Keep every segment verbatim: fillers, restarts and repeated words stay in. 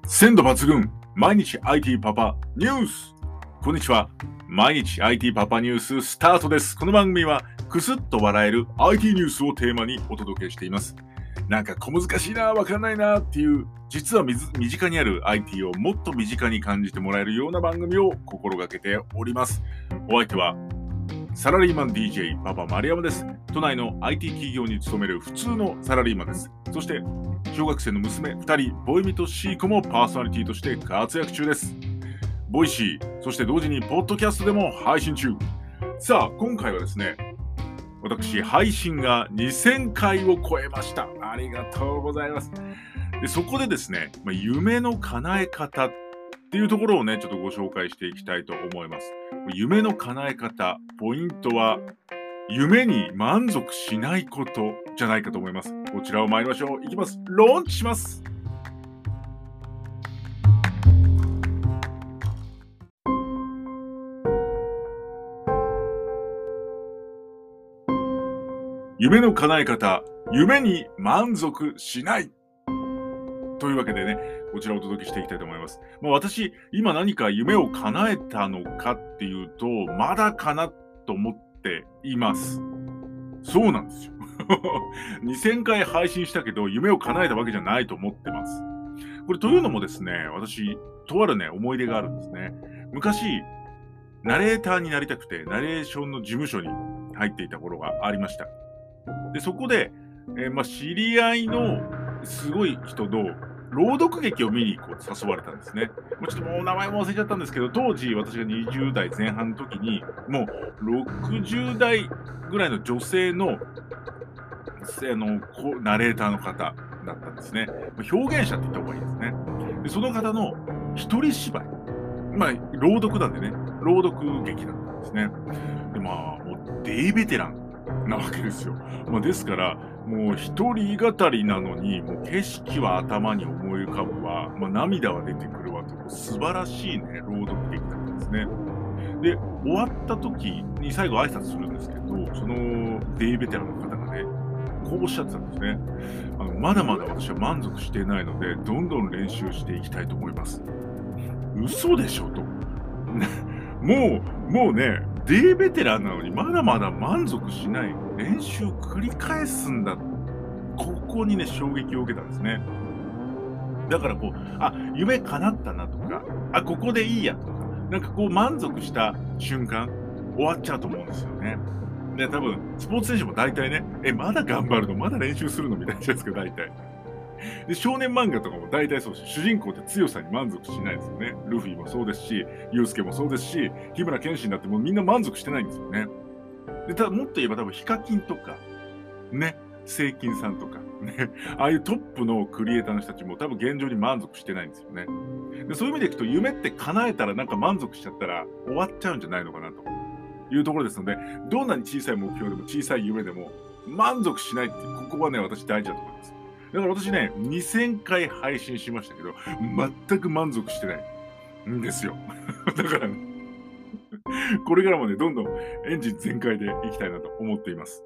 鮮度抜群、毎日 アイティー パパニュース。こんにちは。毎日 アイティー パパニューススタートです。この番組はクスッと笑える アイティー ニュースをテーマにお届けしています。なんか小難しいな、わかんないなっていう、実は身近にある アイティー をもっと身近に感じてもらえるような番組を心がけております。お相手はサラリーマン ディージェー パパ丸山です。都内の アイティー 企業に勤める普通のサラリーマンです。そして小学生の娘ふたり、ボイミとシーコもパーソナリティとして活躍中です。ボイシー、そして同時にポッドキャストでも配信中。さあ、今回はですね、私、配信がにせんかいを超えました。ありがとうございます。でそこでですね、まあ、夢の叶え方っていうところをね、ちょっとご紹介していきたいと思います。夢の叶え方、ポイントは、夢に満足しないことじゃないかと思います。こちらを参りましょう。いきます。ローンチします。夢の叶え方、夢に満足しない。というわけでね、こちらをお届けしていきたいと思います。まあ、私、今何か夢を叶えたのかっていうと、まだかなと思っています。そうなんですよ。にせんかい配信したけど、夢を叶えたわけじゃないと思ってます。これというのもですね、私、とあるね、思い出があるんですね。昔、ナレーターになりたくて、ナレーションの事務所に入っていた頃がありました。で、そこで、えーまあ、知り合いのすごい人の朗読劇を見に行こうと誘われたんですね。もうちょっともう名前も忘れちゃったんですけど、当時私がにじゅうだいぜん半の時に、もうろくじゅうだいぐらいの女性の、あのこナレーターの方だったんですね。表現者って言った方がいいですね。でその方の一人芝居、まあ、朗読なんでね、朗読劇だったんですね。で、まあ、もう大ベテランなわけですよ。まあ、ですから、もう一人語りなのに、もう景色は頭に思い浮かぶわ、まあ、涙は出てくるわと、素晴らしいね、朗読劇だったんですね。で、終わった時に最後挨拶するんですけど、その大ベテランの方がね、こうおっしゃってたんですね。あのまだまだ私は満足していないので、どんどん練習していきたいと思います。嘘でしょと。もう、もうね、大ベテランなのにまだまだ満足しない。練習繰り返すんだ。ここにね、衝撃を受けたんですね。だからこう、あ、夢叶ったなとか、あ、ここでいいやとか、なんかこう満足した瞬間、終わっちゃうと思うんですよね。で、多分、スポーツ選手も大体ね、え、まだ頑張るのまだ練習するのみたいなやつが大体。で、少年漫画とかも大体そうです。主人公って強さに満足しないですよね。ルフィもそうですし、ユウスケもそうですし、日村剣心だってもうみんな満足してないんですよね。で、ただもっと言えば多分ヒカキンとか、ね、セイキンさんとか、ね、ああいうトップのクリエイターの人たちも多分現状に満足してないんですよね。で、そういう意味でいくと夢って叶えたらなんか満足しちゃったら終わっちゃうんじゃないのかなというところですので、どんなに小さい目標でも小さい夢でも満足しないってここはね、私大事だと思います。だから私ね、にせんかい配信しましたけど、全く満足してないんですよ。だから、ね、これからもね、どんどんエンジン全開でいきたいなと思っています。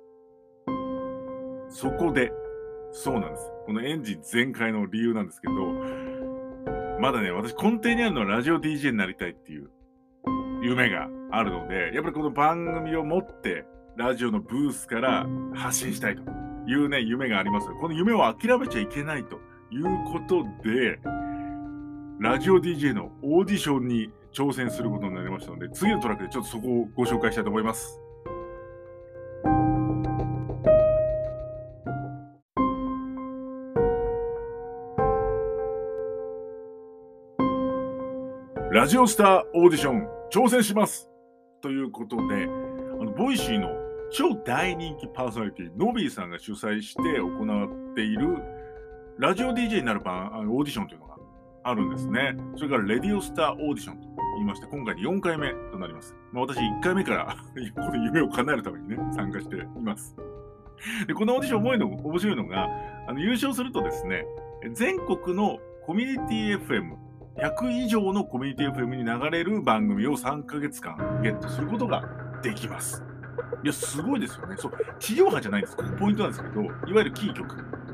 そこで、そうなんです。このエンジン全開の理由なんですけど、まだね、私根底にあるのはラジオ ディージェー になりたいっていう夢があるので、やっぱりこの番組を持って、ラジオのブースから発信したいというね、夢があります。この夢を諦めちゃいけないということで、ラジオ ディージェー のオーディションに挑戦することになりましたので、次のトラックでちょっとそこをご紹介したいと思います。ラジオスターオーディション挑戦しますということで、あのボイシーの超大人気パーソナリティ、ノビーさんが主催して行っているラジオ ディージェー になる番、あのオーディションというのがあるんですね。それからレディオスターオーディションと言いまして、今回でよんかいめとなります。まあ、私いっかいめからこの夢を叶えるためにね、参加しています。で、このオーディション面白いの面白いのが、あの優勝するとですね、全国のコミュニティ エフエム、ひゃくいじょうのコミュニティ エフエム に流れる番組をさんかげつかんゲットすることができます。いや、すごいですよね。そう、地上波じゃないんです。ここポイントなんですけど、いわゆるキー局。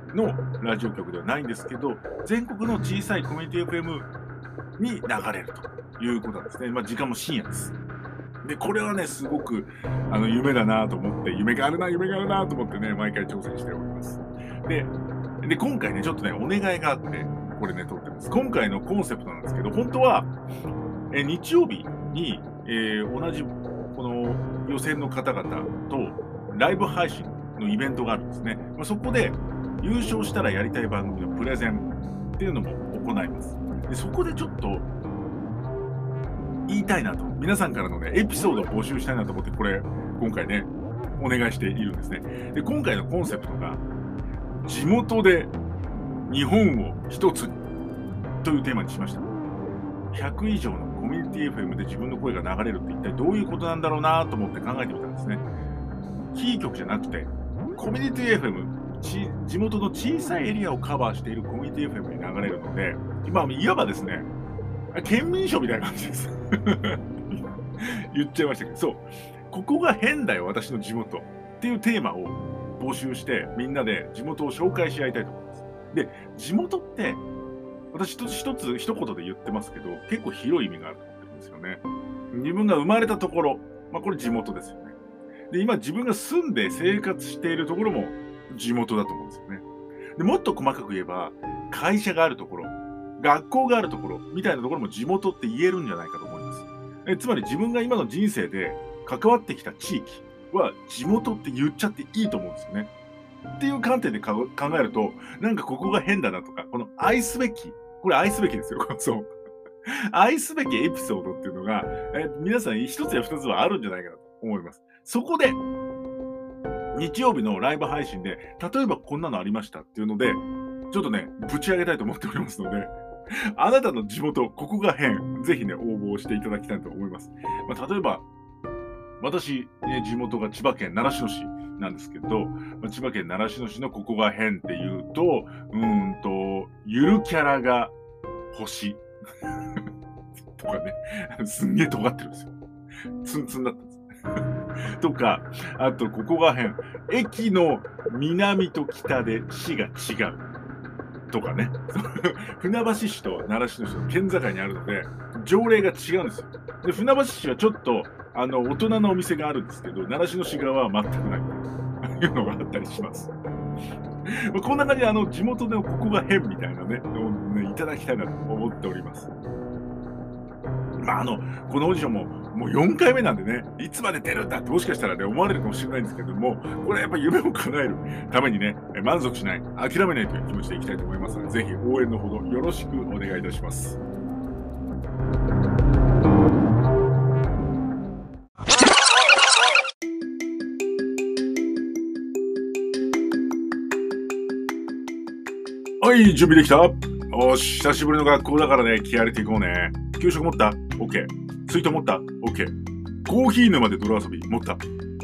のラジオ局ではないんですけど、全国の小さいコミュニティ エフエム に流れるということなんですね。まあ、時間も深夜です。で、これはね、すごくあの夢だなと思って、夢があるな、夢があるなと思ってね、毎回挑戦しております。で、で今回ね、ちょっとね、お願いがあって、これね、撮ってます。今回のコンセプトなんですけど、本当は、え日曜日に、えー、同じこの予選の方々とライブ配信のイベントがあるんですね。まあ、そこで優勝したらやりたい番組のプレゼンっていうのも行います。でそこでちょっと言いたいなと、皆さんからのね、エピソードを募集したいなと思って、これ、今回ね、お願いしているんですね。で、今回のコンセプトが、地元で日本を一つにというテーマにしました。ひゃく以上のコミュニティ エフエム で自分の声が流れるって一体どういうことなんだろうなと思って考えてみたんですね。キー局じゃなくて、コミュニティ エフエム、ち地元の小さいエリアをカバーしているコミュニティ エフエム に流れるので、今、いわばですね、県民賞みたいな感じです。言っちゃいましたけど、そう。ここが変だよ、私の地元っていうテーマを募集して、みんなで地元を紹介し合いたいと思います。で、地元って、私一つ一つ一言で言ってますけど、結構広い意味があると思ってるんですよね。自分が生まれたところ、まあこれ地元ですよね。で、今自分が住んで生活しているところも地元だと思うんですよね。で、もっと細かく言えば、会社があるところ、学校があるところみたいなところも地元って言えるんじゃないかと思います。えつまり自分が今の人生で関わってきた地域は地元って言っちゃっていいと思うんですよね。っていう観点で考えると、なんかここが変だなとか、この愛すべき、これ愛すべきですよ。そう。愛すべきエピソードっていうのが、え皆さん一つや二つはあるんじゃないかなと思います。そこで、日曜日のライブ配信で、例えばこんなのありましたっていうので、ちょっとね、ぶち上げたいと思っておりますので、あなたの地元、ここが変、ぜひね、応募していただきたいと思います。まあ、例えば、私、ね、地元が千葉県習志野市なんですけど、まあ、千葉県習志野市のここが変っていうと、うーんと、ゆるキャラが星とかね、すんげえ尖ってるんですよ。ツンツンだったんです。とか、あと、ここが変、駅の南と北で市が違う。とかね、船橋市と習志野市の県境にあるので、条例が違うんですよ。で、船橋市はちょっと、あの、大人のお店があるんですけど、習志野市側は全くないというのがあったりします。こんな感じで、あの、地元でここが変みたいなね、のをね、いただきたいなと思っております。まあ、あの、このオーディションも、もうよんかいめなんでね、いつまで出るんだってもしかしたらね、思われるかもしれないんですけども、これはやっぱり夢を叶えるためにね、満足しない、諦めないという気持ちでいきたいと思いますので、ぜひ応援のほどよろしくお願いいたします。はい、準備できた？おし、久しぶりの学校だからね、気合入れていこうね。給食持った？ OK。水筒持った？ OK。コーヒー沼で泥遊び持った？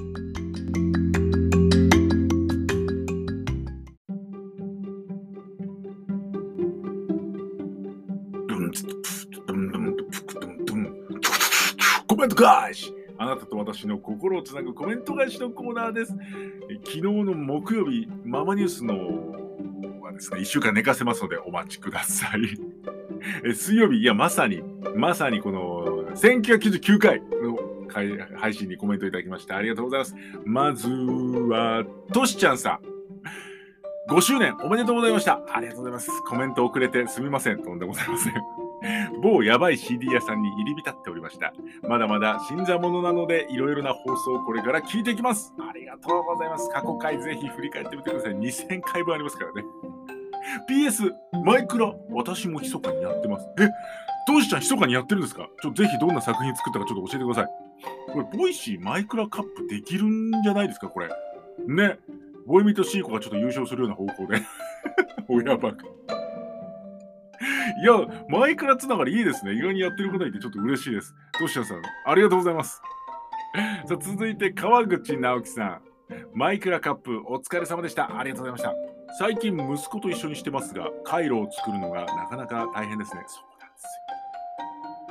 コメント返し！あなたと私の心をつなぐコメント返しのコーナーです。昨日の木曜日、ママニュースのはですね、いっしゅうかん寝かせますのでお待ちください。水曜日、いや、まさに、まさにこのせんきゅうひゃくきゅうじゅうきゅうかいの配信にコメントいただきましてありがとうございます。まずは、としちゃんさん。ごしゅうねんおめでとうございました。ありがとうございます。コメント遅れてすみません。とんでもございません。某やばい シーディー 屋さんに入り浸っておりました。まだまだ新参者なので、いろいろな放送をこれから聞いていきます。ありがとうございます。過去回ぜひ振り返ってみてください。にせんかいぶんありますからね。ピーエス、マイクラ、私も密かにやってます。え、どうしちゃん密かにやってるんですか？ちょっとぜひどんな作品作ったかちょっと教えてください。これ、ボイシーマイクラカップできるんじゃないですか、これ。ね。ボイミとシーコがちょっと優勝するような方向で。親バカ。いや、マイクラつながりいいですね。意外にやってる方いてちょっと嬉しいです。トシヤさん、ありがとうございます。さあ続いて、川口直樹さん。マイクラカップ、お疲れ様でした。ありがとうございました。最近、息子と一緒にしてますが、回路を作るのがなかなか大変ですね。そうなんですよ。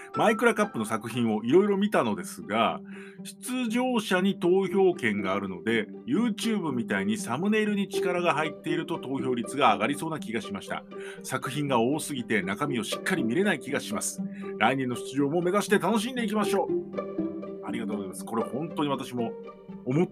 マイクラカップの作品をいろいろ見たのですが、出場者に投票権があるので、YouTube みたいにサムネイルに力が入っていると投票率が上がりそうな気がしました。作品が多すぎて中身をしっかり見れない気がします。来年の出場も目指して楽しんでいきましょう。ありがとうございます。これ本当に私も思って、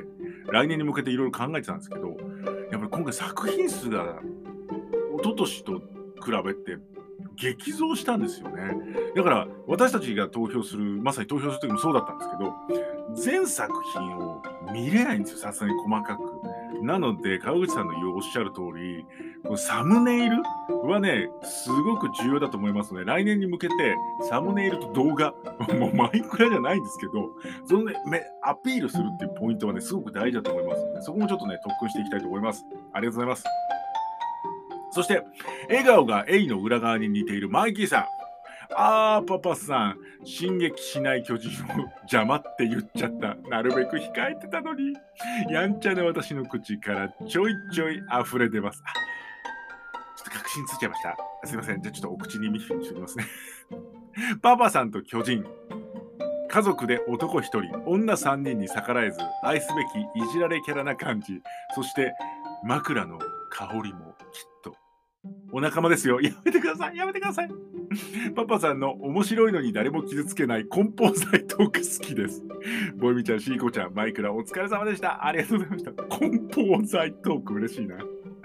来年に向けていろいろ考えてたんですけど、やっぱり今回作品数が一昨年と比べて激増したんですよね。だから私たちが投票する、まさに投票する時もそうだったんですけど、全作品を見れないんですよ、さすがに細かく。なので、川口さんの言うおっしゃる通り、このサムネイルはね、すごく重要だと思いますので、来年に向けてサムネイルと動画、もうマイクラじゃないんですけど、そのね、アピールするっていうポイントはね、すごく大事だと思いますので、そこもちょっとね、特訓していきたいと思います。ありがとうございます。そして、笑顔がエイの裏側に似ているマイキーさん。あー、パパさん、進撃しない巨人を邪魔って言っちゃった。なるべく控えてたのに。やんちゃな私の口からちょいちょい溢れ出ます。あ、ちょっと確信ついちゃいました。すいません。じゃあちょっとお口にミッフィにしておきますね。パパさんと巨人。家族で男一人、女三人に逆らえず、愛すべきいじられキャラな感じ。そして、枕の香りもきっと。お仲間ですよ。やめてください。やめてください。パパさんの面白いのに誰も傷つけない梱包材トーク好きです。ボイミちゃん、シーコちゃん、マイクラお疲れ様でした。ありがとうございました。梱包材トーク嬉しいな。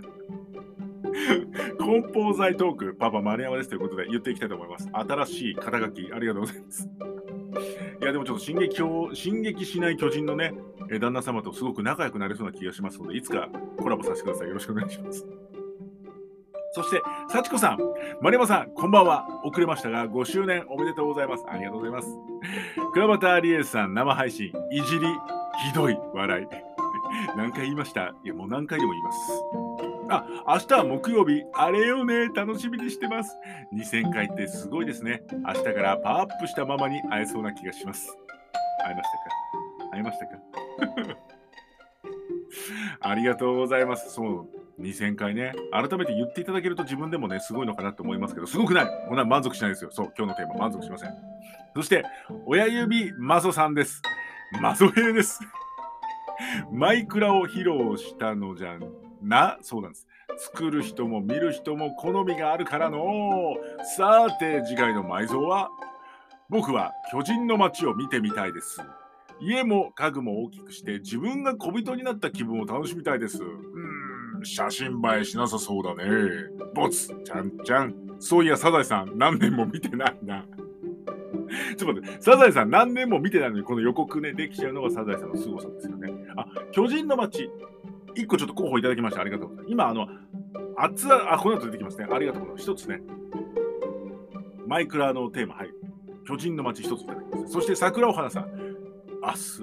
梱包材トーク、パパ丸山ですということで言っていきたいと思います。新しい肩書き、ありがとうございます。いや、でもちょっと進撃を、進撃しない巨人のね、旦那様とすごく仲良くなれそうな気がしますので、いつかコラボさせてください。よろしくお願いします。そして、幸子さん、丸山さん、こんばんは。遅れましたが、ごしゅうねんおめでとうございます。ありがとうございます。倉端理恵さん、生配信、いじり、ひどい、笑い。何回言いました？いや、もう何回でも言います。あ、明日は木曜日、あれよね、楽しみにしてます。にせんかいってすごいですね。明日からパワーアップしたままに会えそうな気がします。会えましたか？会えましたか？ありがとうございます。そう、にせんかいね。改めて言っていただけると自分でもね、すごいのかなと思いますけど、すごくない。こんな満足しないですよ。そう、今日のテーマ満足しません。そして、親指マソさんです。マソヘイです。マイクラを披露したのじゃな、そうなんです。作る人も見る人も好みがあるからの。さて、次回の埋蔵は、僕は巨人の街を見てみたいです。家も家具も大きくして自分が小人になった気分を楽しみたいです。うーん、写真映えしなさそうだね。ボツ、ちゃんちゃん。そういや、サザエさん、何年も見てないな。ちょっと待って、サザエさん何年も見てないのに、この予告ね、できちゃうのがサザエさんの凄さですよね。あ、巨人の街。一個ちょっと候補いただきました。ありがとうございます。今、あの、熱々、あ、この後出てきますね。ありがとうございます。一つね。マイクラのテーマ、はい。巨人の街一ついただきます。そして、桜お花さん。明日、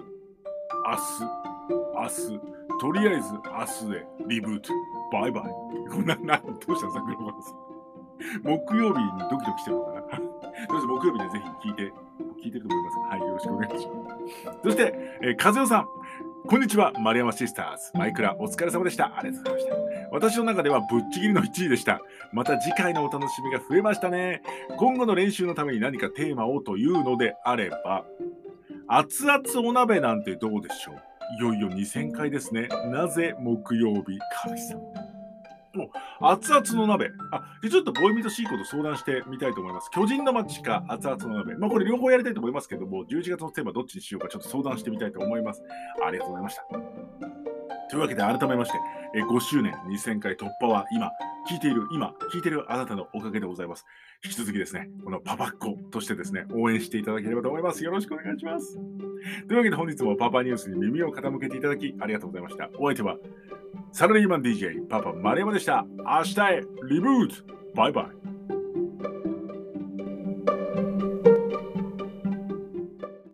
明日、明日、とりあえず明日へリブート。バイバイ。こんな、な、どうした桜お花さん。木曜日にドキドキしてるのかな。どうして木曜日でぜひ聞いて、聞いてると思いますが、はい、よろしくお願いします。そして、えー、和代さん。こんにちは、丸山シスターズ。マイクラ、お疲れ様でした。ありがとうございました。私の中ではぶっちぎりのいちいでした。また次回のお楽しみが増えましたね。今後の練習のために何かテーマをというのであれば、熱々お鍋なんてどうでしょう。いよいよにせんかいですね。なぜ木曜日、神様。もう熱々の鍋。あ、でちょっとボイミとシーコと相談してみたいと思います。巨人の街か熱々の鍋。まあこれ両方やりたいと思いますけども、じゅういちがつのテーマどっちにしようかちょっと相談してみたいと思います。ありがとうございました。というわけで改めまして、えごしゅうねんにせんかい突破は今、聞いている、今、聞いているあなたのおかげでございます。引き続きですね、このパパっ子としてですね、応援していただければと思います。よろしくお願いします。というわけで本日もパパニュースに耳を傾けていただきありがとうございました。お相手はサラリーマン ディージェー パパ丸山でした。明日へリブート。バイバイ。